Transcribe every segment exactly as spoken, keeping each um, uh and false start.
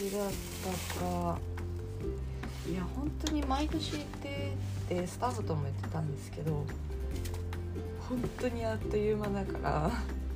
ちだったか、いや本当に毎年行ってってスタッフとも言ってたんですけど、本当にあっという間だから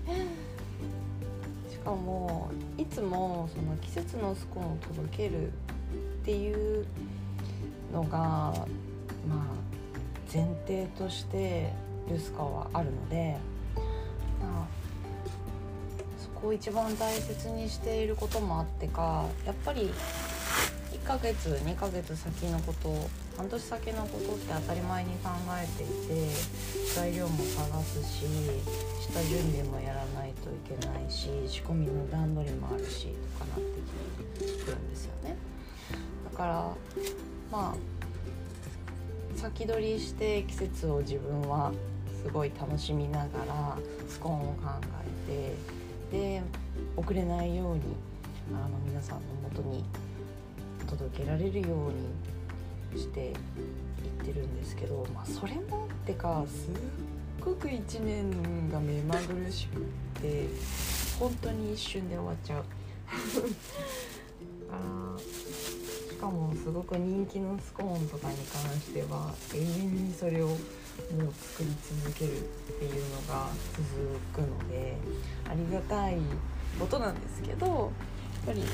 しかもいつもその季節のスコーンを届けるっていうのがまあ前提としてルスカはあるので、まあ、そこを一番大切にしていることもあってか、やっぱりいっかげつにかげつ先のこと、半年先のことって当たり前に考えていて、材料も探すし、下準備もやらないといけないし、仕込みの段取りもあるしとかなってくるんですよね。だからまあ先取りして季節を自分はすごい楽しみながらスコーンを考えて、で遅れないようにあの皆さんの元に届けられるようにしていってるんですけど、まあそれもってかすっごくいちねんが目まぐるしくって本当に一瞬で終わっちゃうあしかもすごく人気のスコーンとかに関しては永遠にそれをもう作り続けるっていうのが続くのでありがたいことなんですけど、やっぱり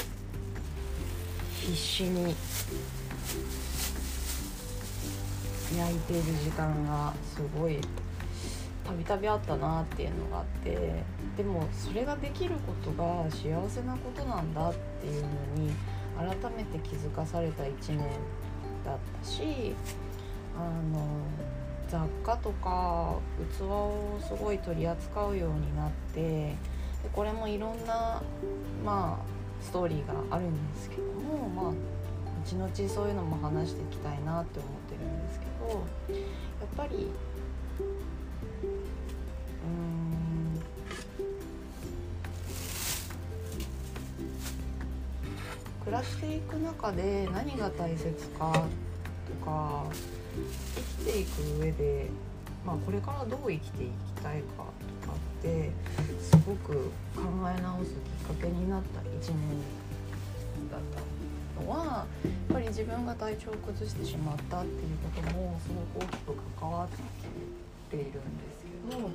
必死に焼いている時間がすごいたびたびあったなっていうのがあって、でもそれができることが幸せなことなんだっていうのに改めて気づかされたいちねんだったし、あの雑貨とか器をすごい取り扱うようになって、でこれもいろんなまあストーリーがあるんですけども、まあ後々そういうのも話していきたいなって思ってるんですけど、やっぱりうーん暮らしていく中で何が大切かとか、生きていく上で、まあ、これからどう生きていきたいかとかってすごく考え直すきっかけになったいちねんだったのは、やっぱり自分が体調を崩してしまったっていうこともすごく大きく関わっているんですけど、あの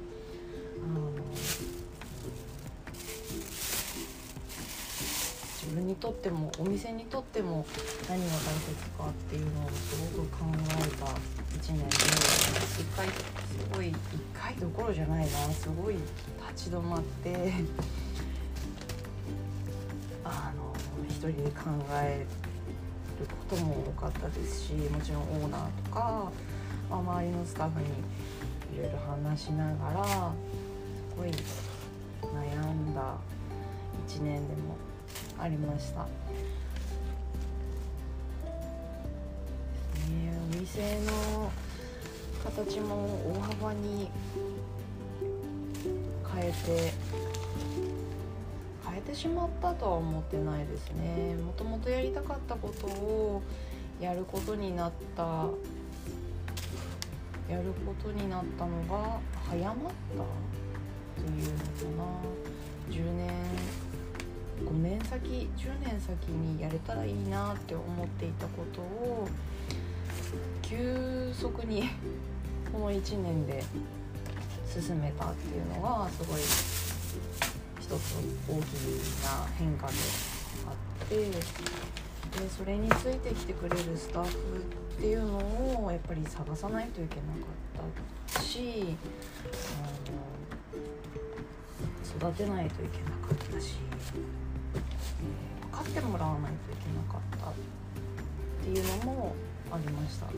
自分にとってもお店にとっても何が大切かっていうのをすごく考えたいちねんで、一回すごい一回どころじゃないなすごい立ち止まってあの一人で考えることも多かったですし、もちろんオーナーとか、まあ、周りのスタッフにいろいろ話しながらすごい悩んだいちねんでもありました、ね、お店の形も大幅に変えて変えてしまったとは思ってないですね。もともとやりたかったことをやることになったやることになったのが早まったというのかな。じゅうねんごねん先じゅうねん先にやれたらいいなって思っていたことを急速にこのいちねんで進めたっていうのがすごい一つ大きな変化であって、でそれについてきてくれるスタッフっていうのをやっぱり探さないといけなかったし、あの育てないといけなかったし、えー、分かってもらわないといけなかったっていうのもありました。あの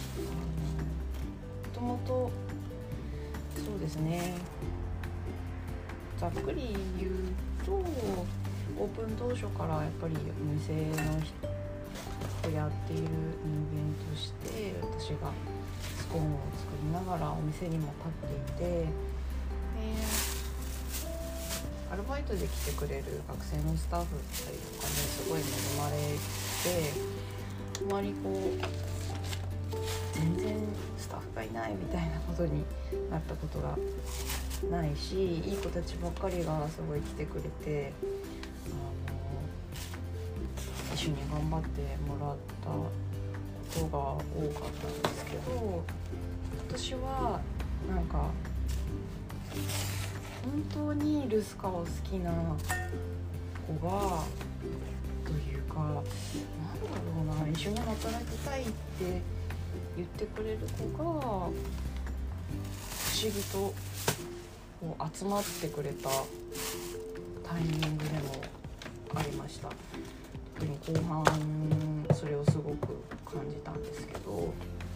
もともとそうですね、ざっくり言うとオープン当初からやっぱりお店の人をやっている人間として私がスコーンを作りながらお店にも立っていて、でアルバイトで来てくれる学生のスタッフだったりとかにすごい恵まれて、あまりこう全然スタッフがいないみたいなことになったことがないし、いい子たちばっかりがすごい来てくれて、あの一緒に頑張ってもらったことが多かったんですけど、今年はなんか本当にルスカを好きな子がというか、なんだろうな、一緒に働きたいって言ってくれる子が不思議とこう集まってくれたタイミングでもありました。特に後半それをすごく感じたんですけど、やっ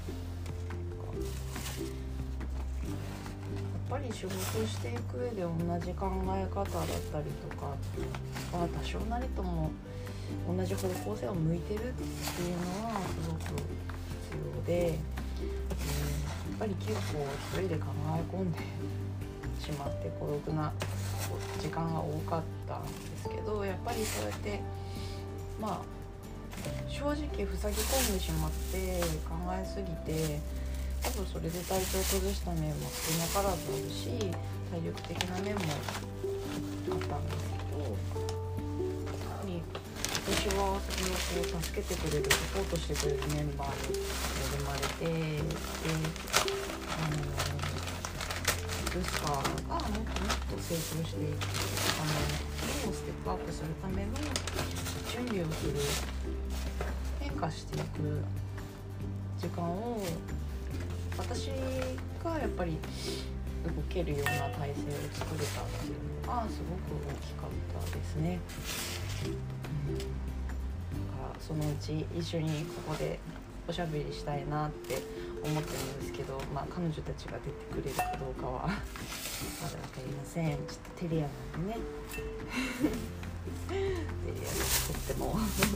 ぱり仕事をしていく上で同じ考え方だったりとかは多少なりとも同じ方向性を向いてるっていうのはすごく必要で、えー、やっぱり結構一人で考え込んでしまって孤独な時間が多かったんですけど、やっぱりそうやってまあ正直塞ぎ込んでしまって考えすぎて、多分それで体調を崩した面も少なからずあるし、体力的な面もあったんですけど、やっぱり私はそれをこう助けてくれる、サポートしてくれるメンバーに恵まれて、で、あのルスカがもっともっと成長していくための、ステップアップするための準備をする、変化していく時間を私がやっぱり動けるような体制を作れたっていうのがすごく大きかったですね。うん、だからそのうち一緒にここでおしゃべりしたいなって思ってるんですけど、まあ、彼女たちが出てくれるかどうかはまだ分かりません。ちょっとテリアなんでねテリアがとっても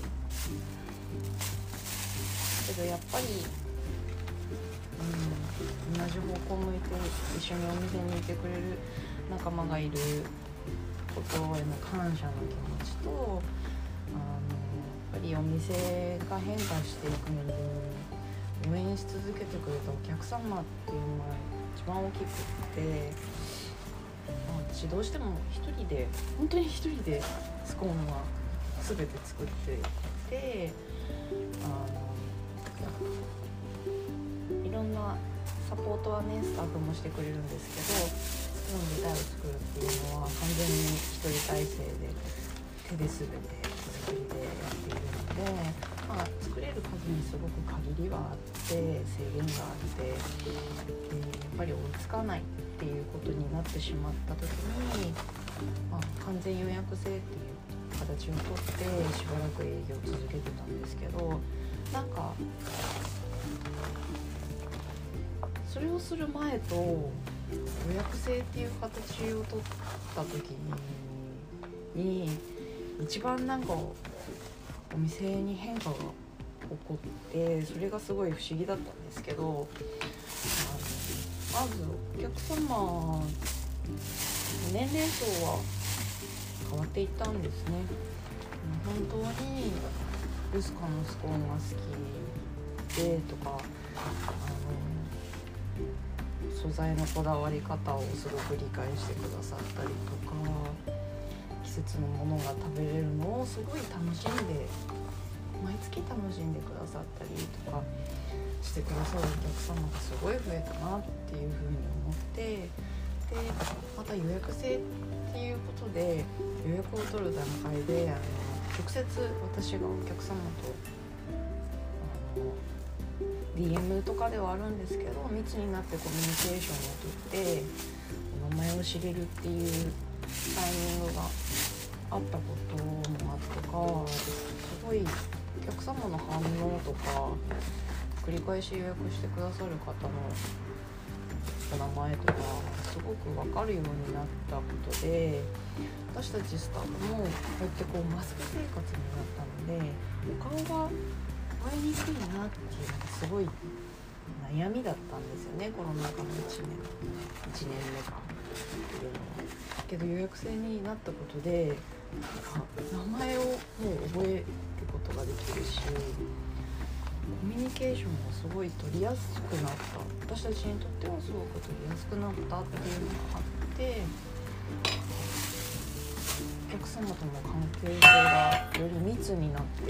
けどやっぱり、うん、同じ方向向いて一緒にお店にいてくれる仲間がいることへの感謝の気持ちと、あのやっぱりお店が変化していくのに応援し続けてくれたお客様っていうのが一番大きくって、私どうしても一人で本当に一人でスコーンは全て作っていて、あのいろんなサポートはねスタッフもしてくれるんですけど、スプーン自体を作るっていうのは完全に一人体制で手で全て手作りでやっているので、まあ、作れる数にすごく限りはあって制限があって、でやっぱり追いつかないっていうことになってしまった時に、まあ、完全予約制っていう形をとってしばらく営業を続けてたんですけど、なんかそれをする前と予約制っていう形をとった時に一番なんかお店に変化が起こって、それがすごい不思議だったんですけど、あのまずお客様年齢層は変わっていったんですね。本当にルスカのスコーンが好きでとか、あの素材のこだわり方をすごく理解してくださったりとか、季節のものが食べれるのをすごい楽しんで毎月楽しんでくださったりとかしてくださるお客様がすごい増えたなっていうふうに思って、でまた予約制っていうことで予約を取る段階であの直接私がお客様とあの ディーエム とかではあるんですけど密になってコミュニケーションをとってお名前を知れるっていうタイミングがあったこともあってか、すごいお客様の反応とか繰り返し予約してくださる方のお名前とかすごく分かるようになったことで、私たちスタッフもこうやってこうマスク生活になったのでお顔が会いにくいなっていうのがすごい悩みだったんですよね、コロナ禍のいちねんいちねんめかっていうのは。けど予約制になったことで名前をもう覚えることができるし、コミュニケーションもすごい取りやすくなった、私たちにとってはすごく取りやすくなったっていうのがあって、 客様との関係性がより密になって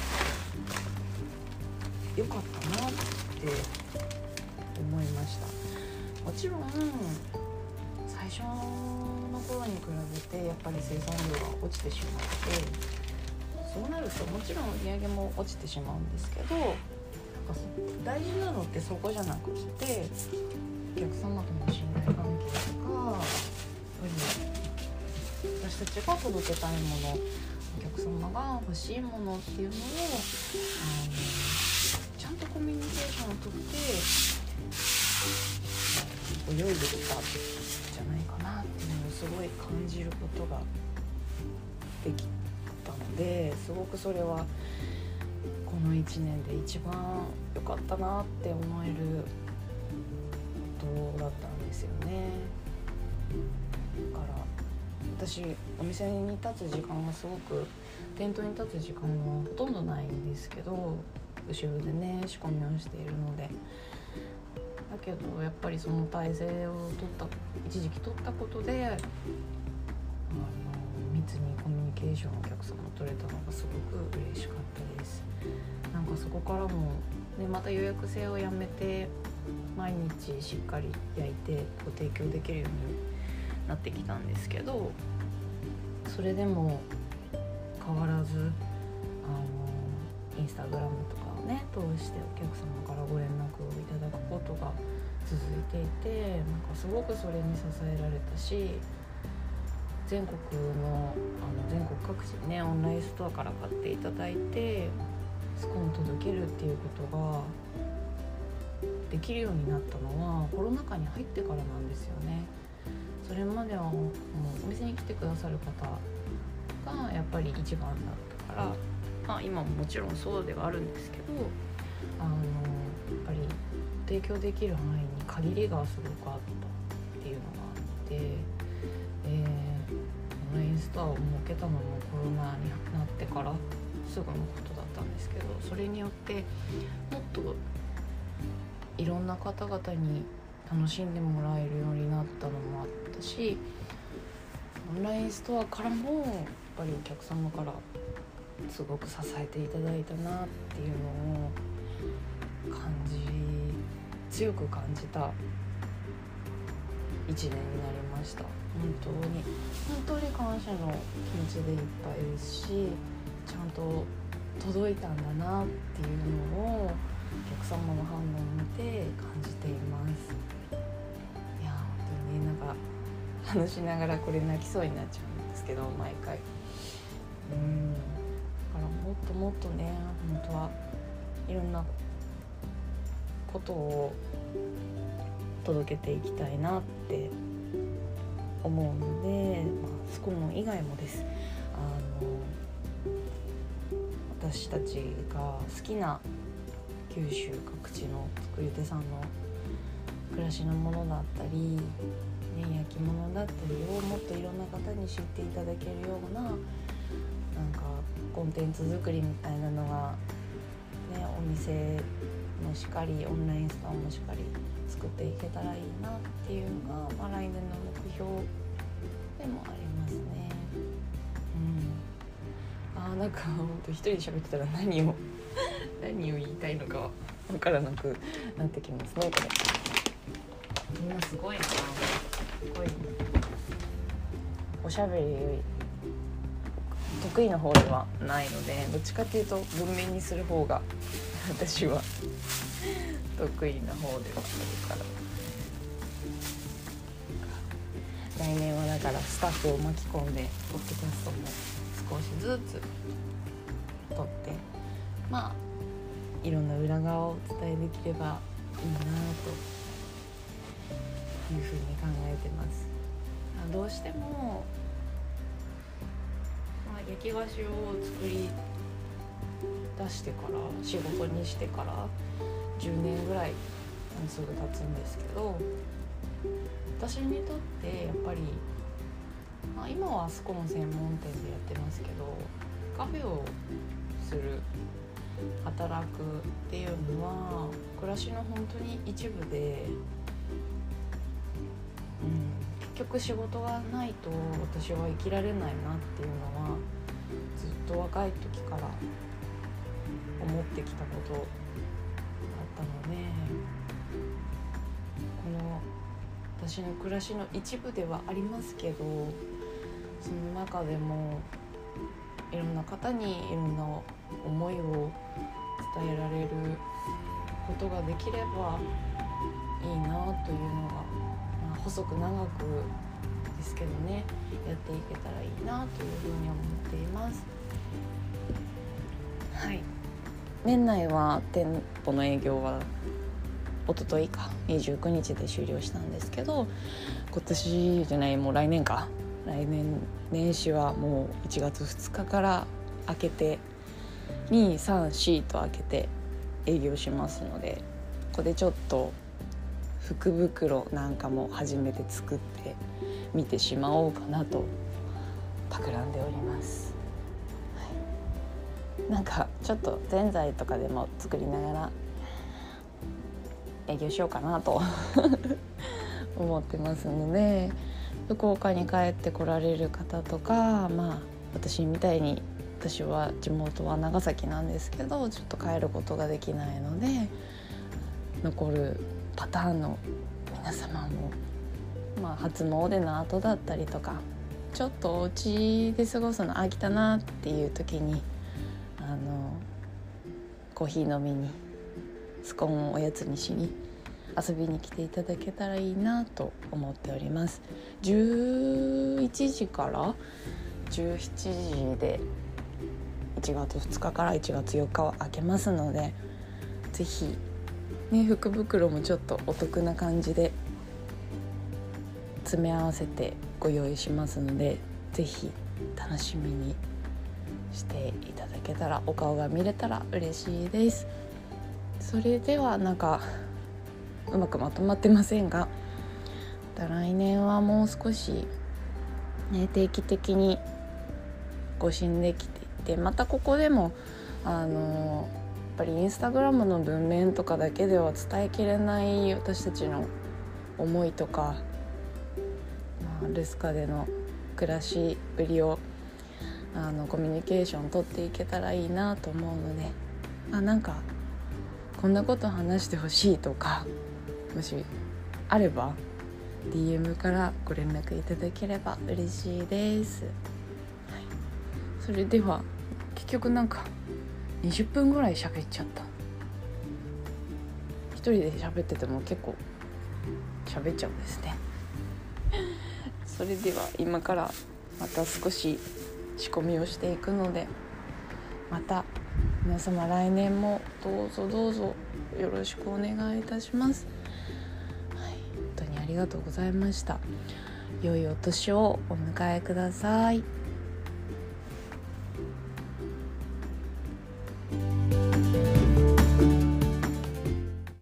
よかったなって思いました。もちろん最初の頃に比べてやっぱり生産量が落ちてしまって、そうなるともちろん売り上げも落ちてしまうんですけど、なんか大事なのってそこじゃなくて、お客様との信頼関係とか、私たちが届けたいもの、お客様が欲しいものっていうのをあのちゃんとコミュニケーションをとって泳いできたんじゃないかなっていうのをすごい感じることができたので、すごくそれはこのいちねんで一番良かったなって思えることだったんですよね。だから私お店に立つ時間がすごく、店頭に立つ時間はほとんどないんですけど、後ろでね仕込みをしているので、だけどやっぱりその体制を取った一時期取ったことで、あの密にコミュニケーションをお客様と取れたのがすごく嬉しかったです。なんかそこからも、ね、また予約制をやめて毎日しっかり焼いてご提供できるようになってきたんですけど、それでも変わらずあのインスタグラムとかをね通してお客様からご連絡をいただくことが続いていて、なんかすごくそれに支えられたし、全国の、あの全国各地にねオンラインストアから買っていただいてスコーン届けるっていうことができるようになったのはコロナ禍に入ってからなんですよね。それまではもうお店に来てくださる方がやっぱり一番だったから、まあ、今ももちろんそうではあるんですけど、あのやっぱり提供できる範囲に限りがすごくあったっていうのがあって、えー、オンラインストアを設けたのもコロナになってからすぐのことだったんですけど、それによってもっといろんな方々に楽しんでもらえるようになったのもあったし、オンラインストアからもやっぱりお客様からすごく支えていただいたなっていうのを感じ強く感じたいちねんになりました。本当に本当に感謝の気持ちでいっぱいですし、ちゃんと届いたんだなっていうのをお客様の反応を見て感じています。いや本当になんか話しながらこれ泣きそうになっちゃうんですけど、毎回うんだからもっともっとね、本当はいろんなことを届けていきたいなって思うので、まあ、スコーン以外もです、あの私たちが好きな九州各地の作り手さんの暮らしのものだったり、ね、焼き物だったりをもっといろんな方に知っていただけるような、なんかコンテンツ作りみたいなのが、ね、お店もしっかりオンラインストアもしっかり作っていけたらいいなっていうのが、まあ、来年の目標でもありますね。うん、あーなんかほんと一人で喋ってたら何を何を言いたいのか分からなくなってきますね。これみんなすごいな、すごいおしゃべり得意な方ではないので、どっちかっていうと文面にする方が私は得意な方ではあるから、来年はだからスタッフを巻き込んでポッドキャストも少しずつ撮って、まあいろんな裏側をお伝えできればいいなというふうに考えてます。どうしても、まあ、焼き菓子を作り出してから仕事にしてからじゅうねんぐらいもうすぐ経つんですけど、私にとってやっぱり、まあ、今はあそこの専門店でやってますけど、カフェをする働くっていうのは暮らしの本当に一部で、うん、結局仕事がないと私は生きられないなっていうのはずっと若い時から思ってきたことだったので、この私の暮らしの一部ではありますけど、その中でもいろんな方にいろんな思いを伝えられることができればいいなというのが、まあ、細く長くですけどね、やっていけたらいいなというふうに思っています。はい、年内は店舗の営業は一昨日かにじゅうくにちで終了したんですけど、今年じゃないもう来年か来年年始はもういちがつふつかから開けてに、さん、よんと開けて営業しますので、ここでちょっと福袋なんかも初めて作ってみてしまおうかなと企んでおります、はい、なんかちょっとぜんざいとかでも作りながら営業しようかなと思ってますので、福岡に帰って来られる方とか、まあ私みたいに私は地元は長崎なんですけど、ちょっと帰ることができないので、残るパターンの皆様も、まあ、初詣の後だったりとか、ちょっとお家で過ごすの飽きたなっていう時にあのコーヒー飲みにスコーンをおやつにしに遊びに来ていただけたらいいなと思っております。じゅういちじからじゅうしちじでいちがつふつかからいちがつよっかは開けますので、ぜひね、福袋もちょっとお得な感じで詰め合わせてご用意しますので、ぜひ楽しみにしていただけたら、お顔が見れたら嬉しいです。それではなんかうまくまとまってませんが、また来年はもう少し、ね、定期的に更新できていて、またここでもあのやっぱりインスタグラムの文面とかだけでは伝えきれない私たちの思いとか、まあ、ルスカでの暮らしぶりをあのコミュニケーション取っていけたらいいなと思うので、あなんかこんなこと話してほしいとか、もしあれば ディーエム からご連絡いただければ嬉しいです、はい、それでは結局なんかにじゅっぷんぐらい喋っちゃった。一人で喋ってても結構喋っちゃうんですねそれでは今からまた少し仕込みをしていくので、また皆様来年もどうぞどうぞよろしくお願いいたします、はい、本当にありがとうございました。良いお年をお迎えください。